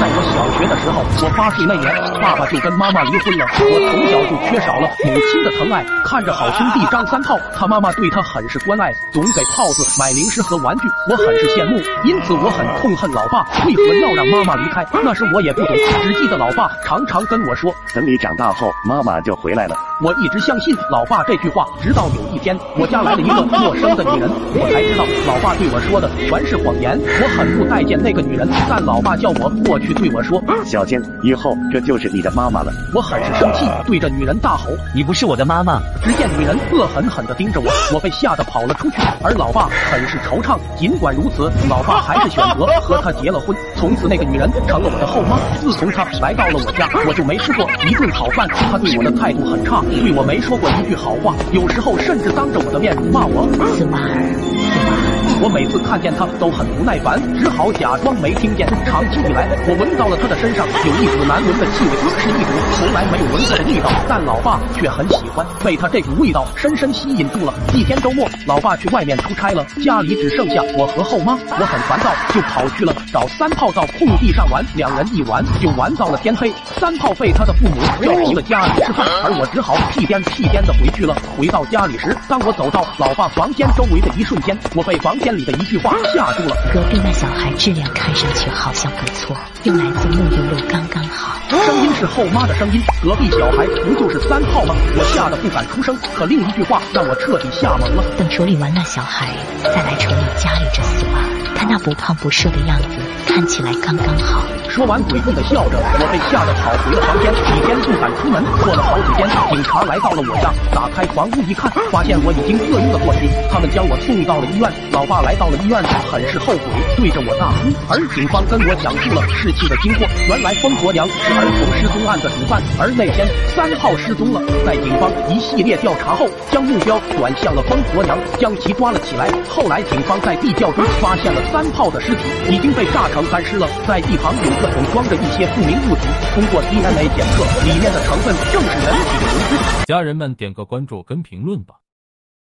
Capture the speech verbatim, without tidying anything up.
在我小学的时候，我八岁那年，爸爸就跟妈妈离婚了。我从小就缺少了母亲的疼爱，看着好兄弟张三炮，他妈妈对他很是关爱，总给炮子买零食和玩具，我很是羡慕。因此我很痛恨老爸为何要让妈妈离开。那时我也不懂，只记得老爸常常跟我说， 等你长大后，妈妈就回来了。 我一直相信老爸这句话，直到有一天我家来了一个陌生的女人，我才知道老爸对我说的全是谎言。我很不待见那个女人，但老爸叫我过去对我说， 小坚，以后这就是你的妈妈了。 我很是生气，对着女人大吼， 你不是我的妈妈。 只见女人恶狠狠地盯着我，我被吓得跑了出去。而老爸很是惆怅，尽管如此，老爸还是选择和她结了婚。从此那个女人成了我的后妈。自从她来到了我家，我就没吃过一顿好饭。她对我的态度很差，对我没说过一句好话，有时候甚至当着我的面辱骂我。 斯瓦尔，斯瓦尔。 我每次看见他都很不耐烦，只好假装没听见。长期以来，我闻到了他的身上有一股难闻的气味，是一股从来没有闻过的味道，但老爸却很喜欢，被他这股味道深深吸引住了。一天周末，老爸去外面出差了，家里只剩下我和后妈，我很烦躁，就跑去了找三炮到空地上玩，两人一玩就玩到了天黑。三炮被他的父母叫回了家里吃饭，而我只好屁颠屁颠的回去了。回到家里时，当我走到老爸房间周围的一瞬间，我被房间里的一句话吓住了。 隔壁那小孩质量看上去好像不错，用来做沐浴露刚刚好。 声音是后妈的声音，隔壁小孩不就是三炮吗？我吓得不敢出声，可另一句话让我彻底吓懵了。 等处理完那小孩，再来处理家里这死娃，他那不胖不瘦的样子，看起来刚刚好。 说完诡异的笑着，我被吓得跑回了房间，几天不敢出门。过了好几天，警察来到了我家，打开房屋一看，发现我已经饿晕了过去，他们将我送到了医院。老爸来到了医院，很是后悔，对着我大哭。而警方跟我讲述了事情的经过，原来疯婆娘是儿童失踪案的主犯，而那天三号失踪了。在警方一系列调查后，将目标转向了疯婆娘，将其抓了起来。后来警方在地窖中发现了三炮的尸体，已经被炸成干尸了。在一旁有个桶装着一些不明物体，通过 D N A 检测，里面的成分正是人体的油脂。 家人们点个关注跟评论吧。